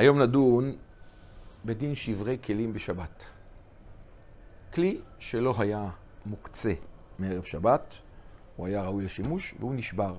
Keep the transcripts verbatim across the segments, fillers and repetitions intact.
היום נדון בדין שברי כלים בשבת. כלי שלא היה מוקצה מערב שבת, הוא היה ראוי לשימוש והוא נשבר.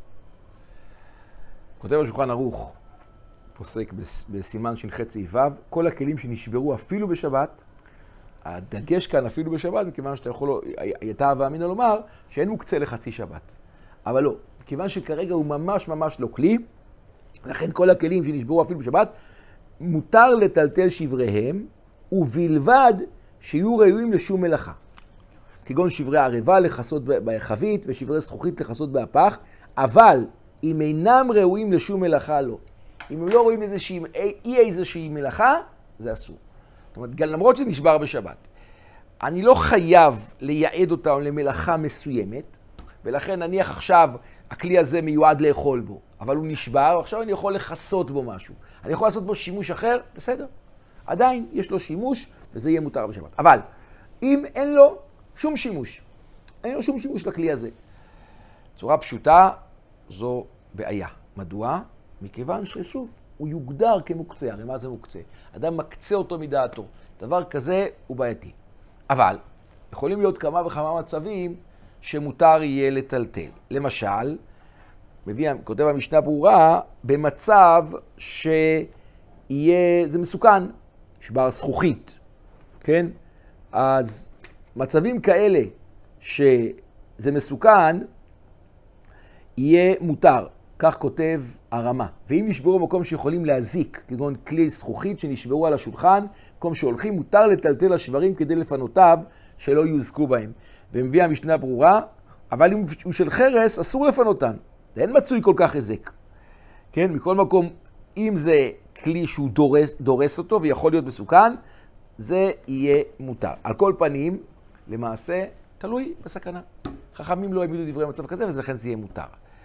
כותב השולחן ערוך, פוסק בסימן של חצי ו', כל הכלים שנשברו אפילו בשבת, הדגש כאן אפילו בשבת, מכיוון שאתה יכול, הייתה ואמינה לומר שאין מוקצה לחצי שבת. אבל לא, מכיוון שכרגע הוא ממש ממש לא כלי, לכן כל הכלים שנשברו אפילו בשבת, מותר לטלטל שבריהם, ובלבד שיהיו ראויים לשום מלאכה. כגון שברי ערבה לכסות בחבית, ושברי זכוכית לכסות בהפח, אבל אם אינם ראויים לשום מלאכה, לא. אם הם לא רואים איזושהי, אי איזושהי מלאכה, זה אסור. זאת אומרת, למרות שזה נשבר בשבת, אני לא חייב לייעד אותם למלאכה מסוימת, ולכן נניח עכשיו הכלי הזה מיועד לאכול בו, אבל הוא נשבר, ועכשיו אני יכול לחסות בו משהו. אני יכול לעשות בו שימוש אחר, בסדר. עדיין יש לו שימוש, וזה יהיה מותר בשבת. אבל אם אין לו שום שימוש, אין לו שום שימוש לכלי הזה, צורה פשוטה, זו בעיה. מדוע? מכיוון ששוב, הוא יוגדר כמוקצה. הרי מה זה מוקצה? אדם מקצה אותו מדעתו. דבר כזה הוא בעייתי. אבל יכולים להיות כמה וכמה מצבים שמותר יהיה לטלטל. למשל, מביא, כותב המשנה ברורה, במצב שיהיה, זה מסוכן, שבר זכוכית, כן? אז מצבים כאלה שזה מסוכן, יהיה מותר. כך כותב הרמה. ואם נשברו במקום שיכולים להזיק, כגון כלי זכוכית שנשברו על השולחן, מקום שהולכים, מותר לטלטל השברים כדי לפנותיו שלא יוזקו בהם. ומביא המשנה ברורה, אבל אם הוא של חרס, אסור לפנותן. זה אין מצוי כל כך הזק. כן? מכל מקום, אם זה כלי שהוא דורס, דורס אותו ויכול להיות מסוכן, זה יהיה מותר. על כל פנים, למעשה, תלוי בסכנה. חכמים לא העמידו דברי מצב כזה, ולכן זה יהיה מותר.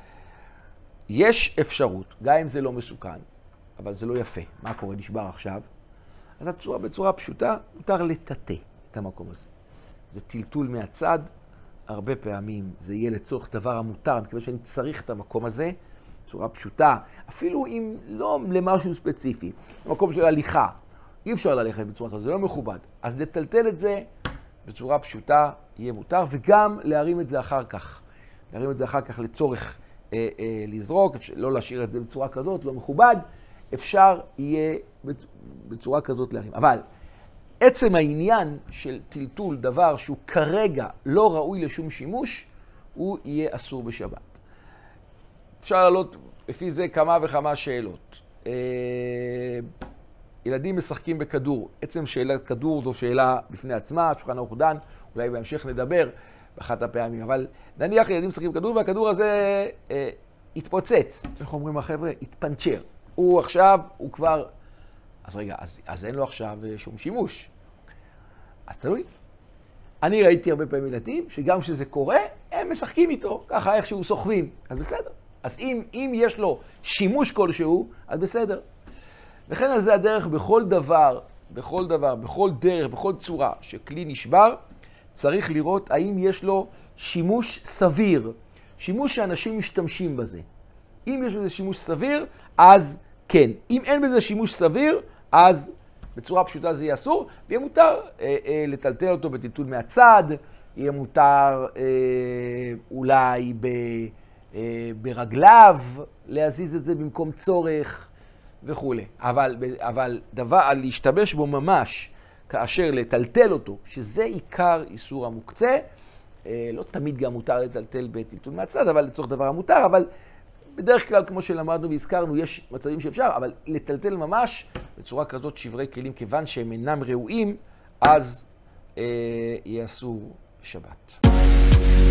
יש אפשרות, גם אם זה לא מסוכן, אבל זה לא יפה. מה קורה? נשבר עכשיו. אז בצורה, בצורה פשוטה, מותר לטאטא את המקום הזה. זה טלטול מהצד, הרבה פעמים זה יהיה לצורך דבר המותר, מכיוון שאני צריך את המקום הזה, בצורה פשוטה, אפילו אם לא למשהו ספציפי, במקום של הליכה, אי אפשר ללכת בצורה כזאת, זה לא מכובד. אז לטלטל את זה בצורה פשוטה יהיה מותר, וגם להרים את זה אחר כך. להרים את זה אחר כך לצורך אה, אה, לזרוק, לא להשאיר את זה בצורה כזאת, לא מכובד, אפשר יהיה בצורה כזאת להרים. אבל עצם העניין של טלטול דבר שהוא כרגע לא ראוי לשום שימוש, הוא יהיה אסור בשבת. אפשר לעלות לפי זה כמה וכמה שאלות. אה, ילדים משחקים בכדור. עצם שאלת כדור זו שאלה בפני עצמה, שולחן ערוך דן, אולי בהמשך נדבר באחת הפעמים. אבל נניח ילדים משחקים בכדור והכדור הזה אה, התפוצץ. איך אומרים החבר'ה? התפנצ'ר. הוא עכשיו, הוא כבר... אז רגע, אז, אז אין לו עכשיו שום שימוש. אז תלוי. אני ראיתי הרבה פעמים ילדים שגם כשזה קורה, הם משחקים איתו, ככה איכשהו סוחבים. אז בסדר. אז אם, אם יש לו שימוש כלשהו, אז בסדר. וכן על זה הדרך בכל דבר, בכל דבר, בכל דרך, בכל צורה שכלי נשבר, צריך לראות האם יש לו שימוש סביר. שימוש שאנשים משתמשים בזה. אם יש בזה שימוש סביר, אז כן. אם אין בזה שימוש סביר, אז בצורה פשוטה זה יהיה אסור, ויהיה מותר אה, אה, לטלטל אותו בטלטול מהצד, יהיה מותר אה, אולי ב, אה, ברגליו להזיז את זה במקום צורך וכו'. אבל, אבל דבר, להשתמש בו ממש כאשר לטלטל אותו, שזה עיקר איסור המוקצה, אה, לא תמיד גם מותר לטלטל בטלטול מהצד, אבל לצורך דבר המותר, אבל בדרך כלל, כמו שלמדנו והזכרנו, יש מצבים שאפשר, אבל לטלטל ממש בצורה כזאת שברי כלים, כיוון שהם אינם ראויים, אז אה, יהיה אסור בשבת.